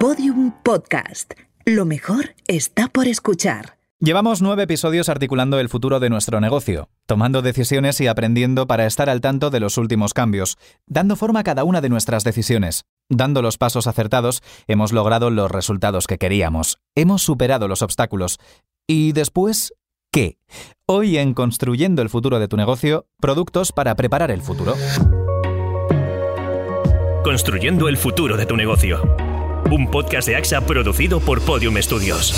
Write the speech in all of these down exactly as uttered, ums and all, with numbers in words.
Podium Podcast. Lo mejor está por escuchar. Llevamos nueve episodios articulando el futuro de nuestro negocio, tomando decisiones y aprendiendo para estar al tanto de los últimos cambios, dando forma a cada una de nuestras decisiones. Dando los pasos acertados, hemos logrado los resultados que queríamos. Hemos superado los obstáculos. ¿Y después qué? Hoy en Construyendo el futuro de tu negocio, productos para preparar el futuro. Construyendo el futuro de tu negocio. Un podcast de AXA producido por Podium Studios.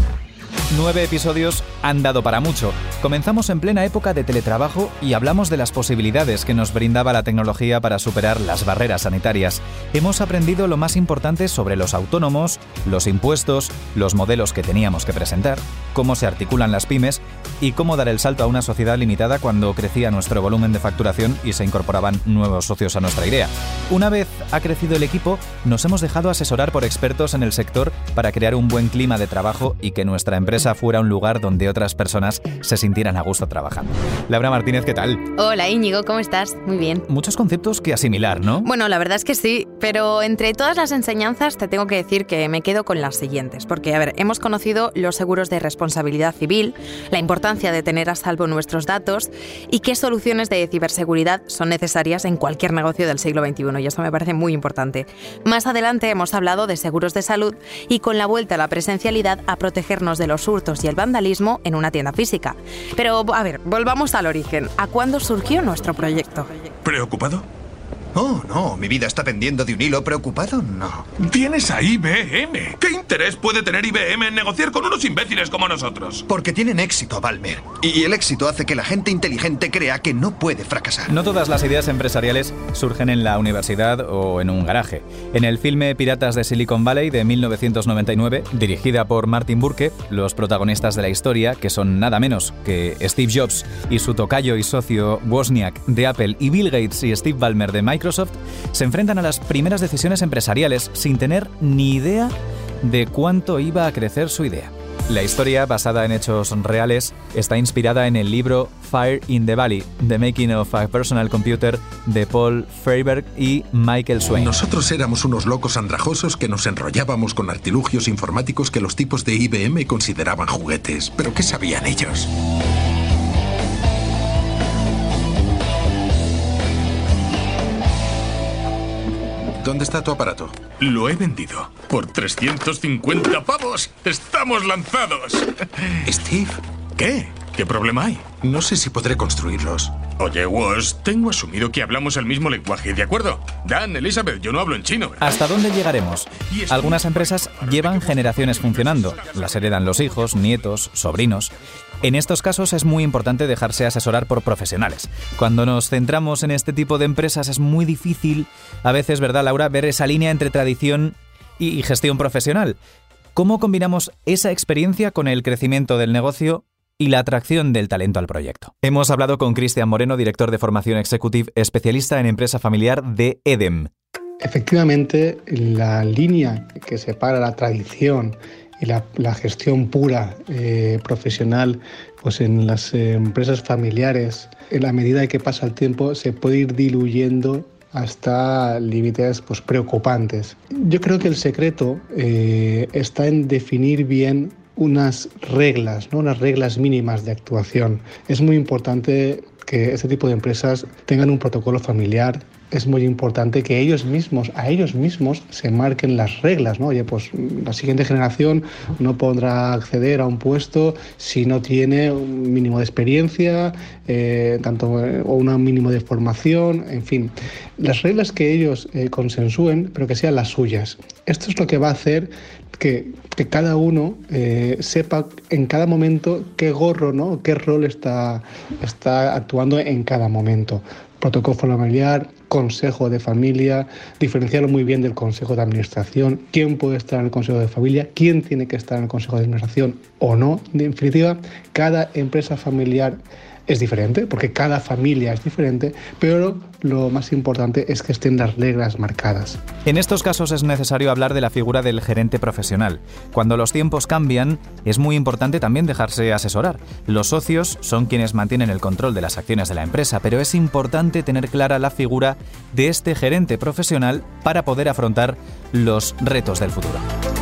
Nueve episodios han dado para mucho. Comenzamos en plena época de teletrabajo y hablamos de las posibilidades que nos brindaba la tecnología para superar las barreras sanitarias. Hemos aprendido lo más importante sobre los autónomos, los impuestos, los modelos que teníamos que presentar, cómo se articulan las pymes y cómo dar el salto a una sociedad limitada cuando crecía nuestro volumen de facturación y se incorporaban nuevos socios a nuestra idea. Una vez ha crecido el equipo, nos hemos dejado asesorar por expertos en el sector para crear un buen clima de trabajo y que nuestra empresa fuera un lugar donde otras personas se sintieran a gusto trabajando. Laura Martínez, ¿qué tal? Hola Íñigo, ¿cómo estás? Muy bien. Muchos conceptos que asimilar, ¿no? Bueno, la verdad es que sí, pero entre todas las enseñanzas te tengo que decir que me quedo con las siguientes, porque, a ver, hemos conocido los seguros de responsabilidad civil, la importancia de tener a salvo nuestros datos y qué soluciones de ciberseguridad son necesarias en cualquier negocio del siglo veintiuno, y esto me parece muy importante. Más adelante hemos hablado de seguros de salud y con la vuelta a la presencialidad a protegernos de los hurtos y el vandalismo en una tienda física. Pero, a ver, volvamos al origen. ¿A cuándo surgió nuestro proyecto? ¿Preocupado? Oh, no, mi vida está pendiendo de un hilo. ¿Preocupado? No. Tienes a I B M. ¿Qué interés puede tener I B M en negociar con unos imbéciles como nosotros? Porque tienen éxito, Ballmer. Y el éxito hace que la gente inteligente crea que no puede fracasar. No todas las ideas empresariales surgen en la universidad o en un garaje. En el filme Piratas de Silicon Valley de mil novecientos noventa y nueve, dirigida por Martin Burke, los protagonistas de la historia, que son nada menos que Steve Jobs y su tocayo y socio Wozniak de Apple y Bill Gates y Steve Ballmer de Microsoft, Microsoft, se enfrentan a las primeras decisiones empresariales sin tener ni idea de cuánto iba a crecer su idea. La historia, basada en hechos reales, está inspirada en el libro Fire in the Valley, The Making of a Personal Computer, de Paul Freiberg y Michael Swain. Nosotros éramos unos locos andrajosos que nos enrollábamos con artilugios informáticos que los tipos de I B M consideraban juguetes. ¿Pero qué sabían ellos? ¿Dónde está tu aparato? Lo he vendido por trescientos cincuenta pavos. ¡Estamos lanzados! Steve, ¿qué? ¿Qué problema hay? no sé si podré construirlos. Oye, Woz, tengo asumido que hablamos el mismo lenguaje, ¿de acuerdo? Dan, Elizabeth, yo no hablo en chino, ¿verdad? ¿Hasta dónde llegaremos? Algunas empresas llevan generaciones funcionando. Las heredan los hijos, nietos, sobrinos. En estos casos es muy importante dejarse asesorar por profesionales. Cuando nos centramos en este tipo de empresas es muy difícil, a veces, ¿verdad, Laura?, ver esa línea entre tradición y gestión profesional. ¿Cómo combinamos esa experiencia con el crecimiento del negocio y la atracción del talento al proyecto? Hemos hablado con Cristian Moreno, director de formación executive, especialista en empresa familiar de EDEM. Efectivamente, la línea que separa la tradición y la, la gestión pura eh, profesional, pues en las eh, empresas familiares, en la medida que pasa el tiempo, se puede ir diluyendo hasta límites pues, preocupantes. Yo creo que el secreto eh, está en definir bien unas reglas, ¿no? unas reglas mínimas de actuación. Es muy importante que este tipo de empresas tengan un protocolo familiar. Es muy importante que ellos mismos, a ellos mismos, se marquen las reglas, ¿no? Oye, pues la siguiente generación no podrá acceder a un puesto si no tiene un mínimo de experiencia, eh, tanto o un mínimo de formación, en fin. Las reglas que ellos eh, consensúen, pero que sean las suyas. Esto es lo que va a hacer que, que cada uno eh, sepa en cada momento qué gorro, ¿no? qué rol está, está actuando en cada momento. Protocolo familiar, consejo de familia, diferenciarlo muy bien del consejo de administración, quién puede estar en el consejo de familia, quién tiene que estar en el consejo de administración o no. En definitiva, cada empresa familiar es diferente, porque cada familia es diferente, pero lo más importante es que estén las reglas marcadas. En estos casos es necesario hablar de la figura del gerente profesional. Cuando los tiempos cambian, es muy importante también dejarse asesorar. Los socios son quienes mantienen el control de las acciones de la empresa, pero es importante tener clara la figura de este gerente profesional para poder afrontar los retos del futuro.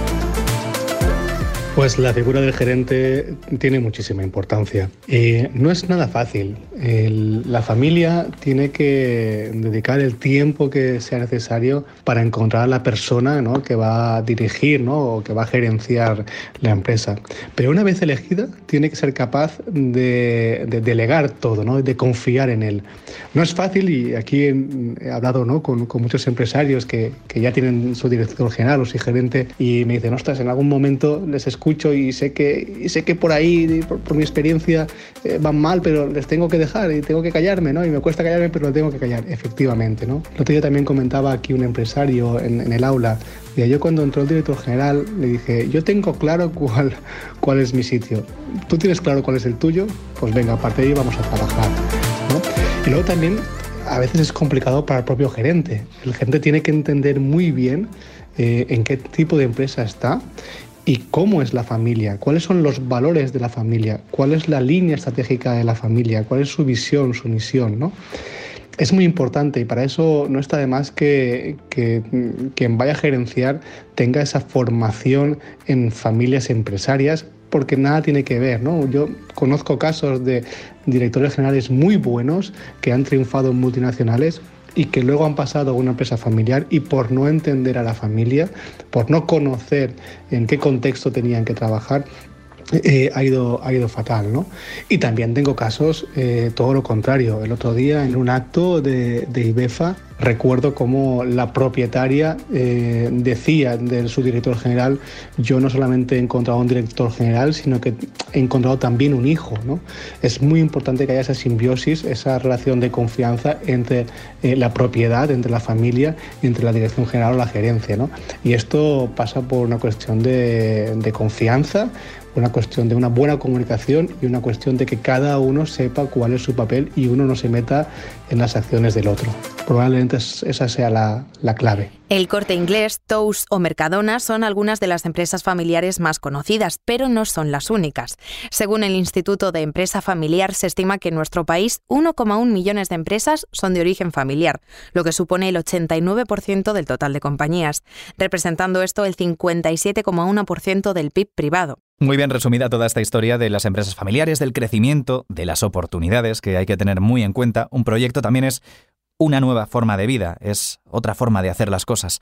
Pues la figura del gerente tiene muchísima importancia. Eh, no es nada fácil. El, la familia tiene que dedicar el tiempo que sea necesario para encontrar a la persona, ¿no?, que va a dirigir, ¿no?, o que va a gerenciar la empresa. Pero una vez elegida, tiene que ser capaz de, de delegar todo, ¿no?, de confiar en él. No es fácil, y aquí he, he hablado, ¿no?, con, con muchos empresarios que, que ya tienen su director general o su gerente y me dicen, ostras, en algún momento les escucho y sé que, y sé que por ahí, por, por mi experiencia, eh, van mal, pero les tengo que dejar y tengo que callarme, ¿no? Y me cuesta callarme, pero lo tengo que callar, efectivamente, ¿no? El otro día también comentaba aquí un empresario en, en el aula, y yo cuando entró el director general le dije, yo tengo claro cuál, cuál es mi sitio. ¿Tú tienes claro cuál es el tuyo? Pues venga, a partir de ahí vamos a trabajar, ¿no? Y luego también a veces es complicado para el propio gerente. El gerente tiene que entender muy bien eh, en qué tipo de empresa está y cómo es la familia, cuáles son los valores de la familia, cuál es la línea estratégica de la familia, cuál es su visión, su misión, ¿no? Es muy importante y para eso no está de más que, que quien vaya a gerenciar tenga esa formación en familias empresarias, porque nada tiene que ver, ¿no? Yo conozco casos de directores generales muy buenos que han triunfado en multinacionales y que luego han pasado a una empresa familiar y por no entender a la familia, por no conocer en qué contexto tenían que trabajar, Eh, ha, ido, ha ido fatal, ¿no? Y también tengo casos, eh, todo lo contrario. El otro día, en un acto de, de IBEFA, recuerdo cómo la propietaria eh, decía de su director general, yo no solamente he encontrado un director general, sino que he encontrado también un hijo, ¿no? Es muy importante que haya esa simbiosis, esa relación de confianza entre eh, la propiedad, entre la familia, entre la dirección general o la gerencia, ¿no? Y esto pasa por una cuestión de, de confianza, una cuestión de una buena comunicación y una cuestión de que cada uno sepa cuál es su papel y uno no se meta en las acciones del otro. Probablemente esa sea la, la clave. El Corte Inglés, Tous o Mercadona son algunas de las empresas familiares más conocidas, pero no son las únicas. Según el Instituto de Empresa Familiar, se estima que en nuestro país uno coma uno millones de empresas son de origen familiar, lo que supone el ochenta y nueve por ciento del total de compañías, representando esto el cincuenta y siete coma uno por ciento del P I B privado. Muy bien resumida toda esta historia de las empresas familiares, del crecimiento, de las oportunidades que hay que tener muy en cuenta. Un proyecto también es una nueva forma de vida, es otra forma de hacer las cosas.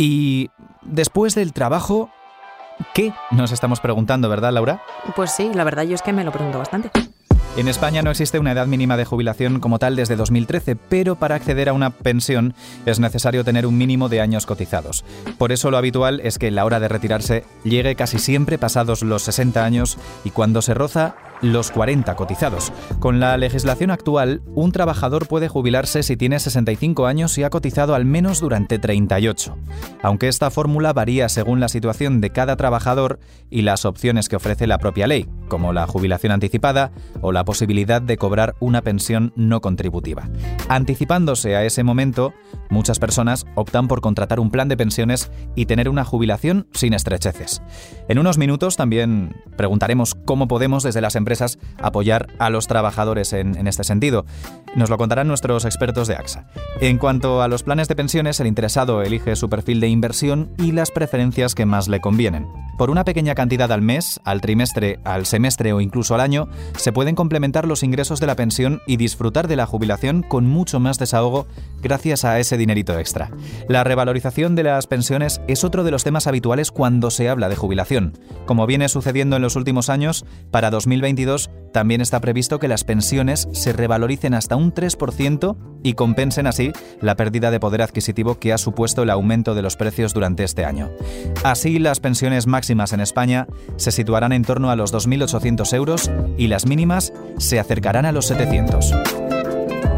Y después del trabajo, ¿qué? Nos estamos preguntando, ¿verdad, Laura? Pues sí, la verdad yo es que me lo pregunto bastante. En España no existe una edad mínima de jubilación como tal desde dos mil trece, pero para acceder a una pensión es necesario tener un mínimo de años cotizados. Por eso lo habitual es que la hora de retirarse llegue casi siempre pasados los sesenta años y cuando se roza los cuarenta cotizados. Con la legislación actual, un trabajador puede jubilarse si tiene sesenta y cinco años y ha cotizado al menos durante treinta y ocho. Aunque esta fórmula varía según la situación de cada trabajador y las opciones que ofrece la propia ley, como la jubilación anticipada o la posibilidad de cobrar una pensión no contributiva. Anticipándose a ese momento, muchas personas optan por contratar un plan de pensiones y tener una jubilación sin estrecheces. En unos minutos también preguntaremos cómo podemos desde las empresas apoyar a los trabajadores en, en este sentido. Nos lo contarán nuestros expertos de AXA. En cuanto a los planes de pensiones, el interesado elige su perfil de inversión y las preferencias que más le convienen. Por una pequeña cantidad al mes, al trimestre, al semestre o incluso al año, se pueden complementar los ingresos de la pensión y disfrutar de la jubilación con mucho más desahogo gracias a ese dinerito extra. La revalorización de las pensiones es otro de los temas habituales cuando se habla de jubilación. Como viene sucediendo en los últimos años, para dos mil veintidós también está previsto que las pensiones se revaloricen hasta un tres por ciento y compensen así la pérdida de poder adquisitivo que ha supuesto el aumento de los precios durante este año. Así, las pensiones máximas en España se situarán en torno a los dos mil ochocientos euros y las mínimas se acercarán a los setecientos.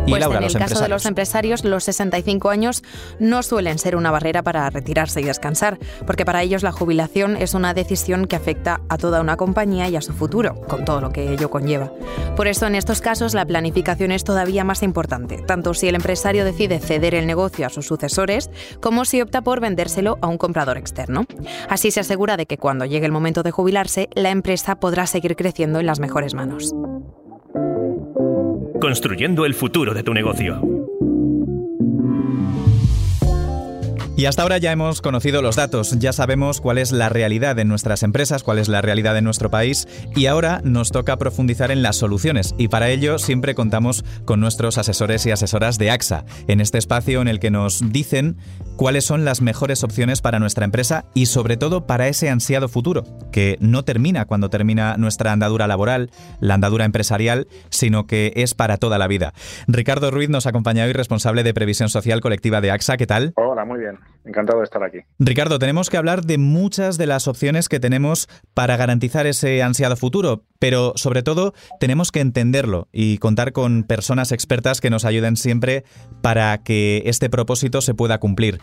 Y pues Laura, en el los caso empresarios. de los empresarios, los sesenta y cinco años no suelen ser una barrera para retirarse y descansar, porque para ellos la jubilación es una decisión que afecta a toda una compañía y a su futuro, con todo lo que ello conlleva. Por eso, en estos casos, la planificación es todavía más importante, tanto si el empresario decide ceder el negocio a sus sucesores, como si opta por vendérselo a un comprador externo. Así se asegura de que cuando llegue el momento de jubilarse, la empresa podrá seguir creciendo en las mejores manos. Construyendo el futuro de tu negocio. Y hasta ahora ya hemos conocido los datos, ya sabemos cuál es la realidad en nuestras empresas, cuál es la realidad en nuestro país, y ahora nos toca profundizar en las soluciones, y para ello siempre contamos con nuestros asesores y asesoras de AXA, en este espacio en el que nos dicen cuáles son las mejores opciones para nuestra empresa y sobre todo para ese ansiado futuro, que no termina cuando termina nuestra andadura laboral, la andadura empresarial, sino que es para toda la vida. Ricardo Ruiz nos acompaña hoy, responsable de Previsión Social Colectiva de AXA. ¿Qué tal? Hola, muy bien. Encantado de estar aquí. Ricardo, tenemos que hablar de muchas de las opciones que tenemos para garantizar ese ansiado futuro, pero sobre todo tenemos que entenderlo y contar con personas expertas que nos ayuden siempre para que este propósito se pueda cumplir.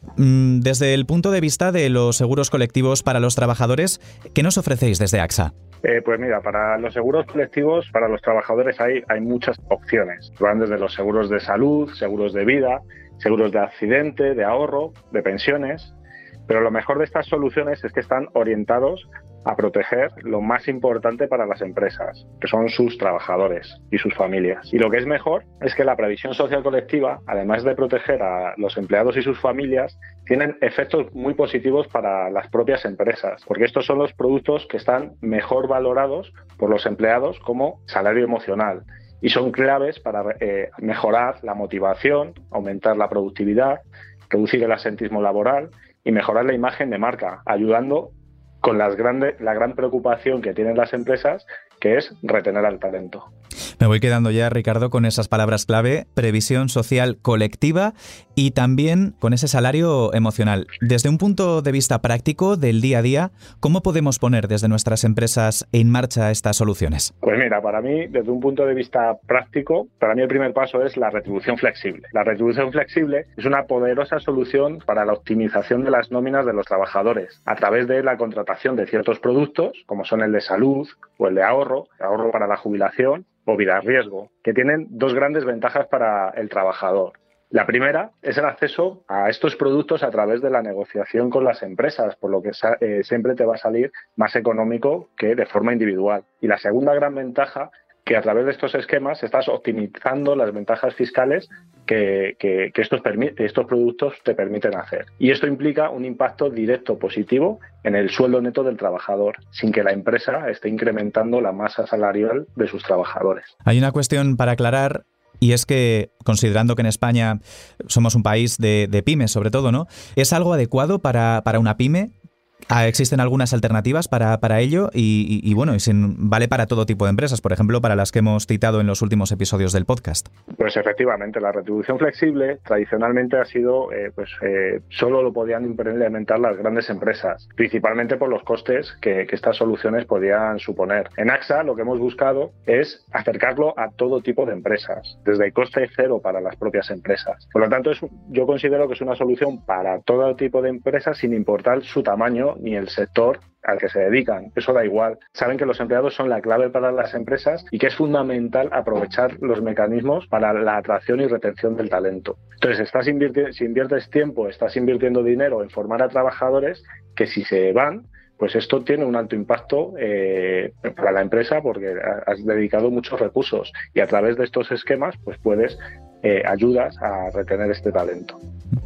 Desde el punto de vista de los seguros colectivos para los trabajadores, ¿qué nos ofrecéis desde AXA? Eh, pues mira, para los seguros colectivos, para los trabajadores hay, hay muchas opciones. Van desde los seguros de salud, seguros de vida, seguros de accidente, de ahorro, de pensiones. Pero lo mejor de estas soluciones es que están orientados a proteger lo más importante para las empresas, que son sus trabajadores y sus familias. Y lo que es mejor es que la previsión social colectiva, además de proteger a los empleados y sus familias, tienen efectos muy positivos para las propias empresas, porque estos son los productos que están mejor valorados por los empleados como salario emocional y son claves para eh, mejorar la motivación, aumentar la productividad, reducir el absentismo laboral y mejorar la imagen de marca, ayudando con las grandes, la gran preocupación que tienen las empresas, que es retener al talento. Me voy quedando ya, Ricardo, con esas palabras clave, previsión social colectiva y también con ese salario emocional. Desde un punto de vista práctico del día a día, ¿cómo podemos poner desde nuestras empresas en marcha estas soluciones? Pues mira, para mí, desde un punto de vista práctico, para mí el primer paso es la retribución flexible. La retribución flexible es una poderosa solución para la optimización de las nóminas de los trabajadores a través de la contratación de ciertos productos, como son el de salud o el de ahorro, ahorro para la jubilación, o vida riesgo, que tienen dos grandes ventajas para el trabajador. La primera es el acceso a estos productos a través de la negociación con las empresas, por lo que eh, siempre te va a salir más económico que de forma individual. Y la segunda gran ventaja, que a través de estos esquemas estás optimizando las ventajas fiscales que, que, que estos, estos productos te permiten hacer. Y esto implica un impacto directo positivo en el sueldo neto del trabajador, sin que la empresa esté incrementando la masa salarial de sus trabajadores. Hay una cuestión para aclarar. Y es que, considerando que en España somos un país de, de pymes sobre todo, ¿no? ¿Es algo adecuado para, para una pyme? ¿Existen algunas alternativas para, para ello? Y, y, y bueno, y sin, vale para todo tipo de empresas, por ejemplo, para las que hemos citado en los últimos episodios del podcast. Pues efectivamente, la retribución flexible tradicionalmente ha sido, eh, pues eh, solo lo podían implementar las grandes empresas, principalmente por los costes que, que estas soluciones podían suponer. En AXA lo que hemos buscado es acercarlo a todo tipo de empresas, desde el coste cero para las propias empresas. Por lo tanto, es, yo considero que es una solución para todo tipo de empresas sin importar su tamaño ni el sector al que se dedican. Eso da igual. Saben que los empleados son la clave para las empresas y que es fundamental aprovechar los mecanismos para la atracción y retención del talento. Entonces, estás invirti- si inviertes tiempo, estás invirtiendo dinero en formar a trabajadores que si se van, pues esto tiene un alto impacto eh, para la empresa porque has dedicado muchos recursos y a través de estos esquemas pues puedes eh, ayudas a retener este talento.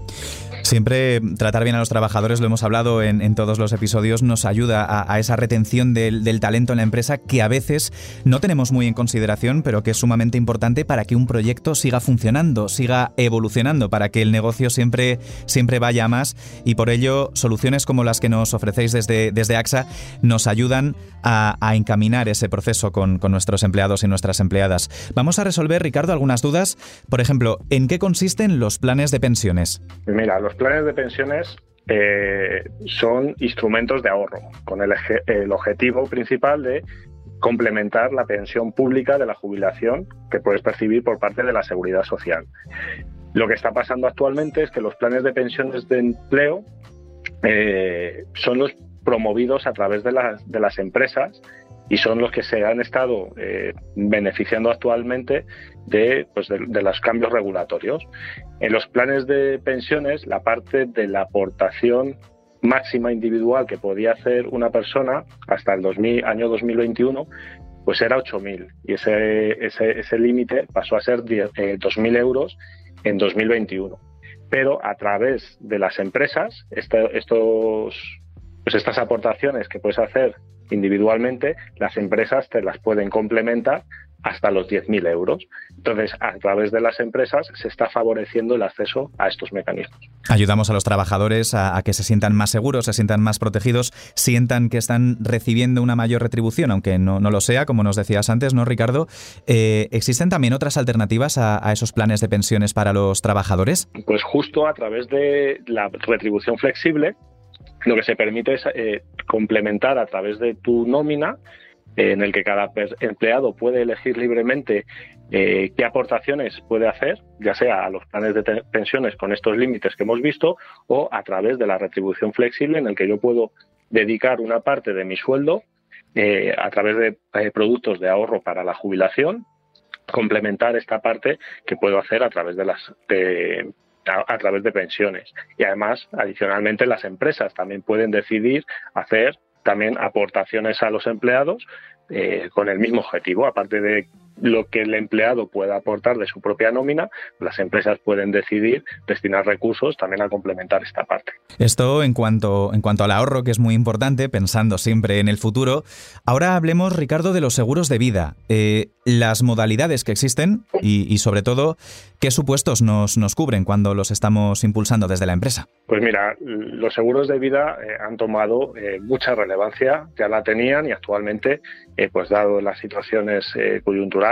Siempre tratar bien a los trabajadores, lo hemos hablado en, en todos los episodios, nos ayuda a, a esa retención del, del talento en la empresa que a veces no tenemos muy en consideración, pero que es sumamente importante para que un proyecto siga funcionando, siga evolucionando, para que el negocio siempre, siempre vaya a más y por ello soluciones como las que nos ofrecéis desde, desde AXA nos ayudan a, a encaminar ese proceso con, con nuestros empleados y nuestras empleadas. Vamos a resolver, Ricardo, algunas dudas. Por ejemplo, ¿en qué consisten los planes de pensiones? Mira, los planes de pensiones eh, son instrumentos de ahorro con el, eje, el objetivo principal de complementar la pensión pública de la jubilación que puedes percibir por parte de la Seguridad Social. Lo que está pasando actualmente es que los planes de pensiones de empleo eh, son los promovidos a través de las, de las empresas y son los que se han estado eh, beneficiando actualmente de, pues de, de los cambios regulatorios. En los planes de pensiones, la parte de la aportación máxima individual que podía hacer una persona hasta el dos mil, año dos mil veintiuno, pues era ocho mil, y ese, ese, ese límite pasó a ser eh, dos mil euros en dos mil veintiuno. Pero a través de las empresas, este, estos, pues estas aportaciones que puedes hacer individualmente, las empresas te las pueden complementar hasta los diez mil euros. Entonces, a través de las empresas se está favoreciendo el acceso a estos mecanismos. Ayudamos a los trabajadores a, a que se sientan más seguros, se sientan más protegidos, sientan que están recibiendo una mayor retribución, aunque no, no lo sea, como nos decías antes, ¿no, Ricardo? Eh, ¿Existen también otras alternativas a, a esos planes de pensiones para los trabajadores? Pues justo a través de la retribución flexible, lo que se permite es eh, complementar a través de tu nómina, eh, en el que cada empleado puede elegir libremente eh, qué aportaciones puede hacer, ya sea a los planes de pensiones con estos límites que hemos visto, o a través de la retribución flexible, en el que yo puedo dedicar una parte de mi sueldo eh, a través de eh, productos de ahorro para la jubilación, complementar esta parte que puedo hacer a través de las de, a, a través de pensiones. Y además, adicionalmente, las empresas también pueden decidir hacer también aportaciones a los empleados eh, con el mismo objetivo. Aparte de lo que el empleado pueda aportar de su propia nómina, las empresas pueden decidir destinar recursos también a complementar esta parte. Esto en cuanto, en cuanto al ahorro, que es muy importante, pensando siempre en el futuro. Ahora hablemos, Ricardo, de los seguros de vida, eh, las modalidades que existen y, y sobre todo, qué supuestos nos, nos cubren cuando los estamos impulsando desde la empresa. Pues mira, los seguros de vida eh, han tomado eh, mucha relevancia, ya la tenían y actualmente, eh, pues dado las situaciones eh, coyunturales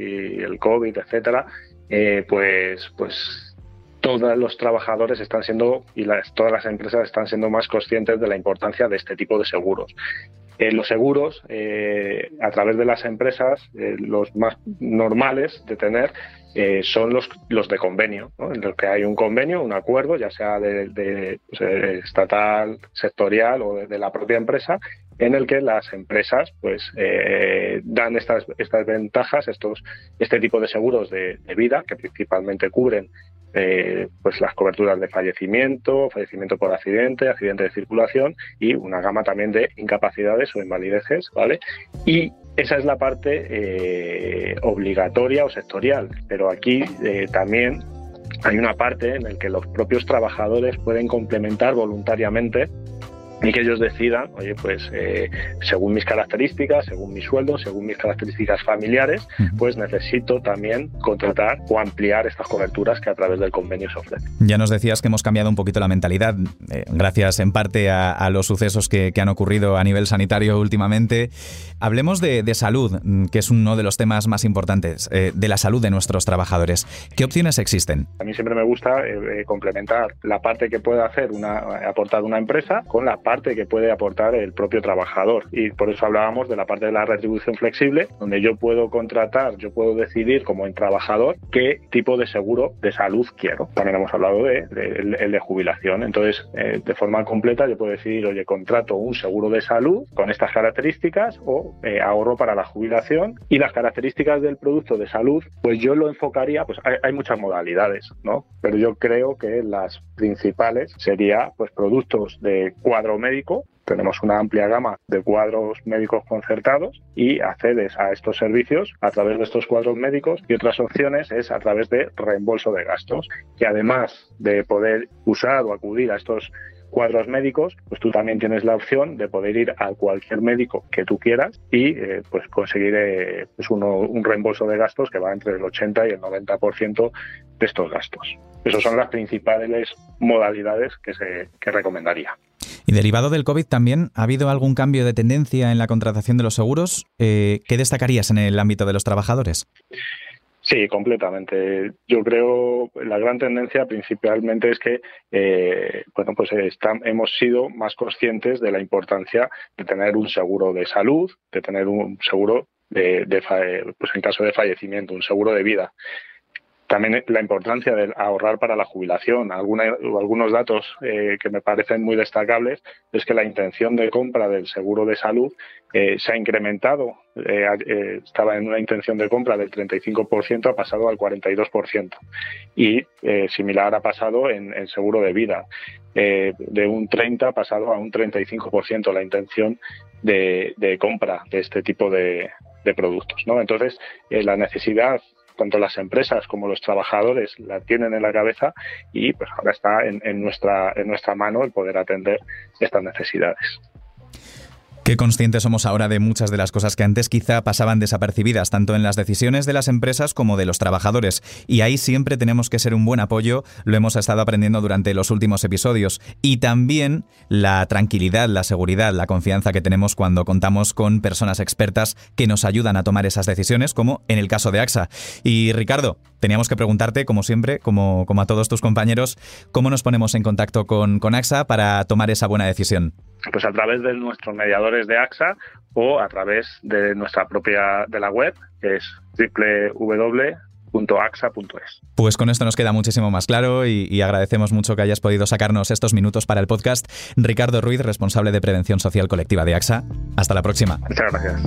y el COVID, etcétera, eh, pues, pues todos los trabajadores están siendo y las, todas las empresas están siendo más conscientes de la importancia de este tipo de seguros. Eh, los seguros, eh, a través de las empresas, eh, los más normales de tener eh, son los, los de convenio, ¿no? En los que hay un convenio, un acuerdo, ya sea de, de pues, eh, estatal, sectorial o de, de la propia empresa, en el que las empresas pues eh, dan estas, estas ventajas, estos, este tipo de seguros de, de vida, que principalmente cubren eh, pues las coberturas de fallecimiento, fallecimiento por accidente, accidente de circulación y una gama también de incapacidades o invalideces, ¿vale? Y esa es la parte eh, obligatoria o sectorial, pero aquí eh, también hay una parte en la que los propios trabajadores pueden complementar voluntariamente y que ellos decidan, oye, pues eh, según mis características, según mi sueldo, según mis características familiares, pues necesito también contratar o ampliar estas coberturas que a través del convenio se ofrecen. Ya nos decías que hemos cambiado un poquito la mentalidad, eh, gracias en parte a, a los sucesos que, que han ocurrido a nivel sanitario últimamente. Hablemos de, de salud, que es uno de los temas más importantes, eh, de la salud de nuestros trabajadores. ¿Qué opciones existen? A mí siempre me gusta eh, complementar la parte que puede hacer una, aportar una empresa con la parte que puede aportar el propio trabajador, y por eso hablábamos de la parte de la retribución flexible, donde yo puedo contratar, yo puedo decidir como en trabajador qué tipo de seguro de salud quiero. También hemos hablado de, de el de jubilación. Entonces, eh, de forma completa yo puedo decidir, oye, contrato un seguro de salud con estas características o eh, ahorro para la jubilación, y las características del producto de salud, pues yo lo enfocaría, pues hay, hay muchas modalidades, ¿no? Pero yo creo que las principales sería pues productos de cuadro médico. Tenemos una amplia gama de cuadros médicos concertados y accedes a estos servicios a través de estos cuadros médicos, y otras opciones es a través de reembolso de gastos, que además de poder usar o acudir a estos cuadros médicos, pues tú también tienes la opción de poder ir a cualquier médico que tú quieras y eh, pues conseguir eh, pues uno, un reembolso de gastos que va entre el ochenta y el noventa por ciento de estos gastos. Esas son las principales modalidades que se que recomendaría. Y derivado del COVID también, ¿ha habido algún cambio de tendencia en la contratación de los seguros? Eh, ¿Qué destacarías en el ámbito de los trabajadores? Sí, completamente. Yo creo la gran tendencia principalmente es que eh, bueno, pues está, hemos sido más conscientes de la importancia de tener un seguro de salud, de tener un seguro de, de pues en caso de fallecimiento, un seguro de vida. También la importancia de ahorrar para la jubilación. Alguna, algunos datos eh, que me parecen muy destacables es que la intención de compra del seguro de salud eh, se ha incrementado. Eh, eh, estaba en una intención de compra del treinta y cinco por ciento, ha pasado al cuarenta y dos por ciento. Y eh, similar ha pasado en el seguro de vida. Eh, de un treinta por ciento ha pasado a un treinta y cinco por ciento la intención de, de compra de este tipo de, de productos, ¿no? Entonces, eh, la necesidad, tanto las empresas como los trabajadores la tienen en la cabeza y pues ahora está en, en nuestra en nuestra mano el poder atender estas necesidades. Qué conscientes somos ahora de muchas de las cosas que antes quizá pasaban desapercibidas, tanto en las decisiones de las empresas como de los trabajadores. Y ahí siempre tenemos que ser un buen apoyo, lo hemos estado aprendiendo durante los últimos episodios. Y también la tranquilidad, la seguridad, la confianza que tenemos cuando contamos con personas expertas que nos ayudan a tomar esas decisiones, como en el caso de AXA. Y Ricardo, teníamos que preguntarte, como siempre, como, como a todos tus compañeros, ¿cómo nos ponemos en contacto con, con AXA para tomar esa buena decisión? Pues a través de nuestros mediadores de AXA o a través de nuestra propia de la web, que es doble u doble u doble u punto axa punto es. Pues con esto nos queda muchísimo más claro y, y agradecemos mucho que hayas podido sacarnos estos minutos para el podcast. Ricardo Ruiz, responsable de Prevención Social Colectiva de AXA. Hasta la próxima. Muchas gracias.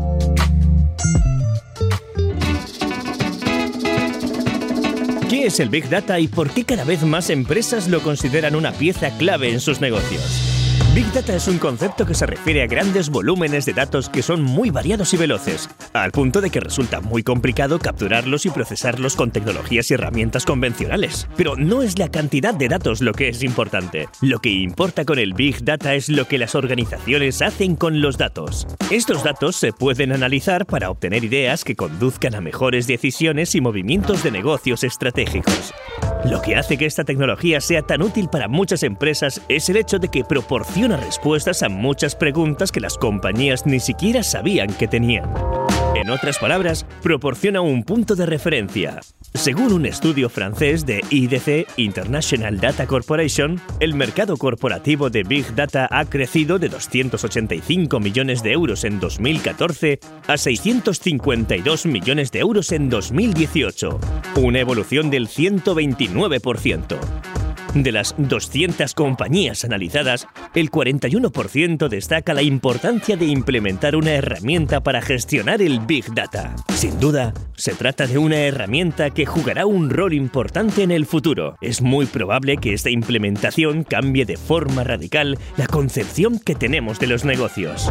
¿Qué es el Big Data y por qué cada vez más empresas lo consideran una pieza clave en sus negocios? Big Data es un concepto que se refiere a grandes volúmenes de datos que son muy variados y veloces, al punto de que resulta muy complicado capturarlos y procesarlos con tecnologías y herramientas convencionales. Pero no es la cantidad de datos lo que es importante. Lo que importa con el Big Data es lo que las organizaciones hacen con los datos. Estos datos se pueden analizar para obtener ideas que conduzcan a mejores decisiones y movimientos de negocios estratégicos. Lo que hace que esta tecnología sea tan útil para muchas empresas es el hecho de que proporciona respuestas a muchas preguntas que las compañías ni siquiera sabían que tenían. En otras palabras, proporciona un punto de referencia. Según un estudio francés de I D C, International Data Corporation, el mercado corporativo de Big Data ha crecido de doscientos ochenta y cinco millones de euros en dos mil catorce a seiscientos cincuenta y dos millones de euros en dos mil dieciocho, una evolución del ciento veintinueve por ciento. De las doscientas compañías analizadas, el cuarenta y uno por ciento destaca la importancia de implementar una herramienta para gestionar el Big Data. Sin duda, se trata de una herramienta que jugará un rol importante en el futuro. Es muy probable que esta implementación cambie de forma radical la concepción que tenemos de los negocios.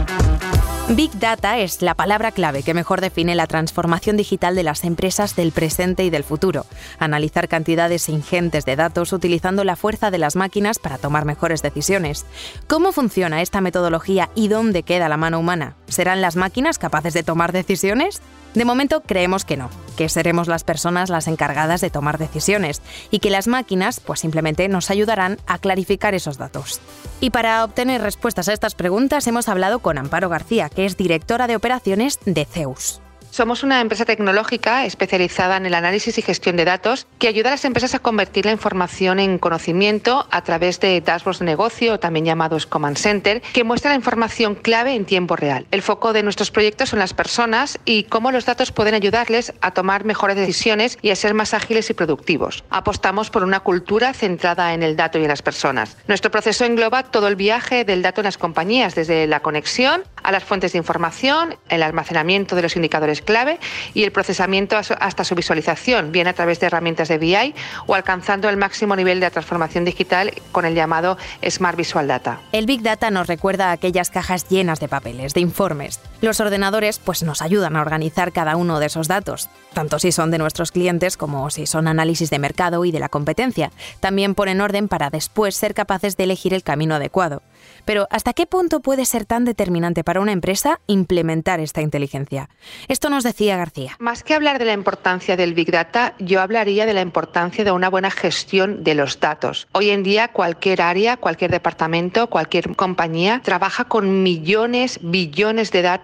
Big Data es la palabra clave que mejor define la transformación digital de las empresas del presente y del futuro. Analizar cantidades ingentes de datos utilizando la fuerza de las máquinas para tomar mejores decisiones. ¿Cómo funciona esta metodología y dónde queda la mano humana? ¿Serán las máquinas capaces de tomar decisiones? De momento creemos que no, que seremos las personas las encargadas de tomar decisiones y que las máquinas pues simplemente nos ayudarán a clarificar esos datos. Y para obtener respuestas a estas preguntas hemos hablado con Amparo García, que es directora de operaciones de Zeus. Somos una empresa tecnológica especializada en el análisis y gestión de datos que ayuda a las empresas a convertir la información en conocimiento a través de dashboards de negocio, también llamados Command Center, que muestra la información clave en tiempo real. El foco de nuestros proyectos son las personas y cómo los datos pueden ayudarles a tomar mejores decisiones y a ser más ágiles y productivos. Apostamos por una cultura centrada en el dato y en las personas. Nuestro proceso engloba todo el viaje del dato en las compañías, desde la conexión a las fuentes de información, el almacenamiento de los indicadores clave y el procesamiento hasta su visualización, bien a través de herramientas de B I o alcanzando el máximo nivel de transformación digital con el llamado Smart Visual Data. El Big Data nos recuerda a aquellas cajas llenas de papeles, de informes. Los ordenadores pues, nos ayudan a organizar cada uno de esos datos, tanto si son de nuestros clientes como si son análisis de mercado y de la competencia. También ponen orden para después ser capaces de elegir el camino adecuado. Pero ¿hasta qué punto puede ser tan determinante para una empresa implementar esta inteligencia? Esto nos decía García. Más que hablar de la importancia del Big Data, yo hablaría de la importancia de una buena gestión de los datos. Hoy en día cualquier área, cualquier departamento, cualquier compañía trabaja con millones, billones de datos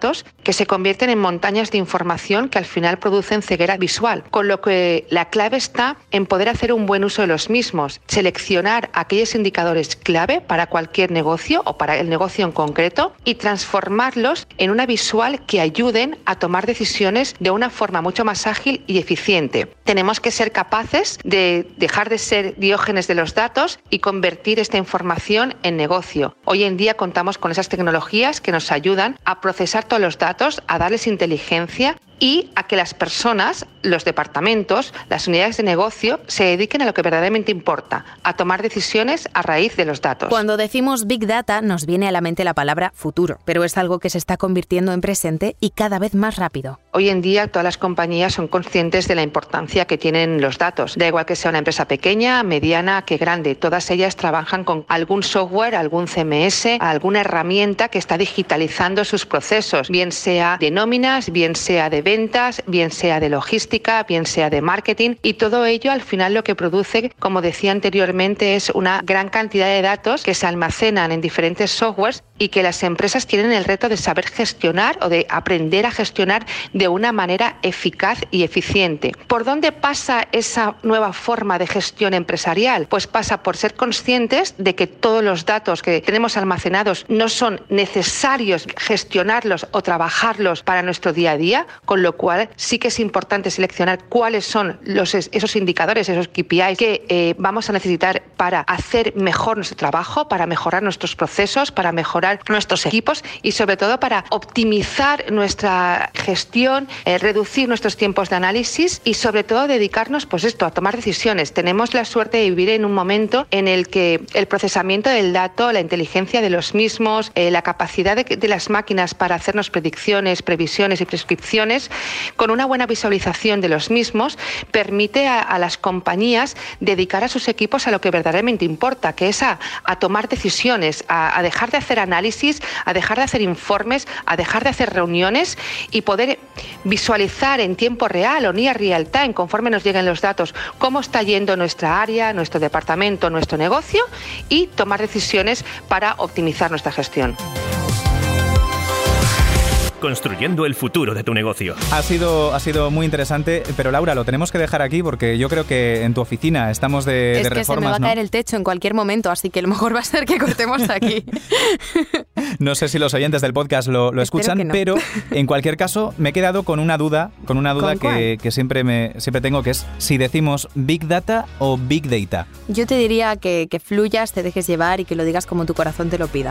que se convierten en montañas de información que al final producen ceguera visual, con lo que la clave está en poder hacer un buen uso de los mismos, seleccionar aquellos indicadores clave para cualquier negocio o para el negocio en concreto y transformarlos en una visual que ayuden a tomar decisiones de una forma mucho más ágil y eficiente. Tenemos que ser capaces de dejar de ser diógenes de los datos y convertir esta información en negocio. Hoy en día contamos con esas tecnologías que nos ayudan a procesar todos los datos, a darles inteligencia y a que las personas, los departamentos, las unidades de negocio se dediquen a lo que verdaderamente importa, a tomar decisiones a raíz de los datos. Cuando decimos Big Data nos viene a la mente la palabra futuro, pero es algo que se está convirtiendo en presente y cada vez más rápido. Hoy en día todas las compañías son conscientes de la importancia que tienen los datos. Da igual que sea una empresa pequeña, mediana, que grande. Todas ellas trabajan con algún software, algún C M S, alguna herramienta que está digitalizando sus procesos, bien sea de nóminas, bien sea de ventas, bien sea de logística, bien sea de marketing, y todo ello al final lo que produce, como decía anteriormente, es una gran cantidad de datos que se almacenan en diferentes softwares y que las empresas tienen el reto de saber gestionar o de aprender a gestionar de una manera eficaz y eficiente. ¿Por dónde pasa esa nueva forma de gestión empresarial? Pues pasa por ser conscientes de que todos los datos que tenemos almacenados no son necesarios gestionarlos o trabajarlos para nuestro día a día, con lo cual sí que es importante seleccionar cuáles son los, esos indicadores, esos K P Is que eh, vamos a necesitar para hacer mejor nuestro trabajo, para mejorar nuestros procesos, para mejorar nuestros equipos y sobre todo para optimizar nuestra gestión, eh, reducir nuestros tiempos de análisis y sobre todo dedicarnos pues esto, a tomar decisiones. Tenemos la suerte de vivir en un momento en el que el procesamiento del dato, la inteligencia de los mismos, eh, la capacidad de, de las máquinas para hacernos predicciones, previsiones y prescripciones, con una buena visualización de los mismos, permite a, a las compañías dedicar a sus equipos a lo que verdaderamente importa, que es a, a tomar decisiones, a, a dejar de hacer análisis, a dejar de hacer informes, a dejar de hacer reuniones y poder visualizar en tiempo real o near real time, conforme nos lleguen los datos, cómo está yendo nuestra área, nuestro departamento, nuestro negocio y tomar decisiones para optimizar nuestra gestión. Construyendo el futuro de tu negocio. Ha sido, ha sido muy interesante, pero Laura, lo tenemos que dejar aquí porque yo creo que en tu oficina estamos de, es de que reformas, se me va a ¿no? caer el techo en cualquier momento, así que lo mejor va a ser que cortemos aquí. No sé si los oyentes del podcast lo, lo escuchan, no. Pero en cualquier caso me he quedado con una duda, con una duda que, que siempre, me, siempre tengo, que es si decimos Big Data o Big Data. Yo te diría que, que fluyas, te dejes llevar y que lo digas como tu corazón te lo pida.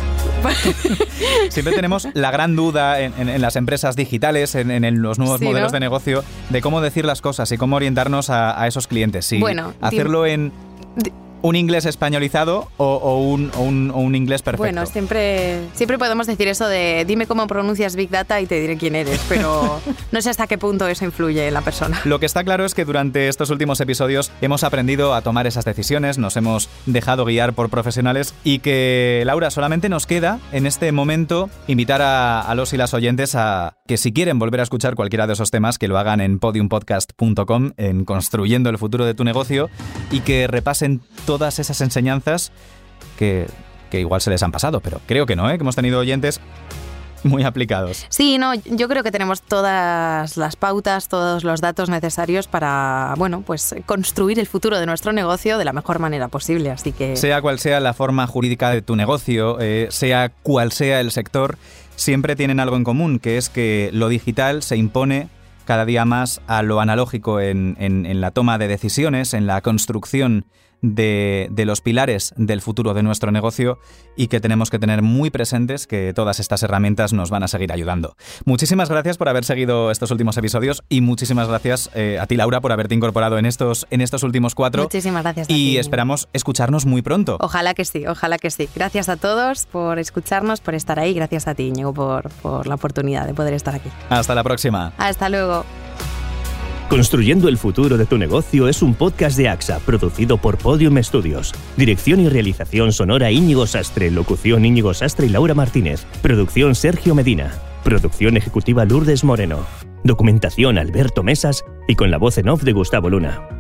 Siempre tenemos la gran duda en, en, en las empresas digitales, en, en los nuevos sí, modelos ¿no? de negocio, de cómo decir las cosas y cómo orientarnos a, a esos clientes. Si bueno, hacerlo en un inglés españolizado o, o, un, o, un, o un inglés perfecto. Bueno, siempre, siempre podemos decir eso de dime cómo pronuncias Big Data y te diré quién eres, pero no sé hasta qué punto eso influye en la persona. Lo que está claro es que durante estos últimos episodios hemos aprendido a tomar esas decisiones, nos hemos dejado guiar por profesionales y que, Laura, solamente nos queda en este momento invitar a, a los y las oyentes a que si quieren volver a escuchar cualquiera de esos temas, que lo hagan en podium podcast punto com, en Construyendo el futuro de tu negocio, y que repasen todas esas enseñanzas que, que igual se les han pasado, pero creo que no, ¿eh? Que hemos tenido oyentes muy aplicados. Sí, no, yo creo que tenemos todas las pautas, todos los datos necesarios para, bueno, pues construir el futuro de nuestro negocio de la mejor manera posible, así que... Sea cual sea la forma jurídica de tu negocio, eh, sea cual sea el sector, siempre tienen algo en común, que es que lo digital se impone cada día más a lo analógico en, en, en la toma de decisiones, en la construcción De, de los pilares del futuro de nuestro negocio y que tenemos que tener muy presentes que todas estas herramientas nos van a seguir ayudando. Muchísimas gracias por haber seguido estos últimos episodios y muchísimas gracias eh, a ti, Laura, por haberte incorporado en estos, en estos últimos cuatro. Muchísimas gracias a y ti. Esperamos escucharnos muy pronto. Ojalá que sí, ojalá que sí. Gracias a todos por escucharnos, por estar ahí. Gracias a ti, Íñigo, por, por la oportunidad de poder estar aquí. Hasta la próxima. Hasta luego. Construyendo el futuro de tu negocio es un podcast de A X A, producido por Podium Studios. Dirección y realización sonora Íñigo Sastre, locución Íñigo Sastre y Laura Martínez. Producción Sergio Medina. Producción ejecutiva Lourdes Moreno. Documentación Alberto Mesas y con la voz en off de Gustavo Luna.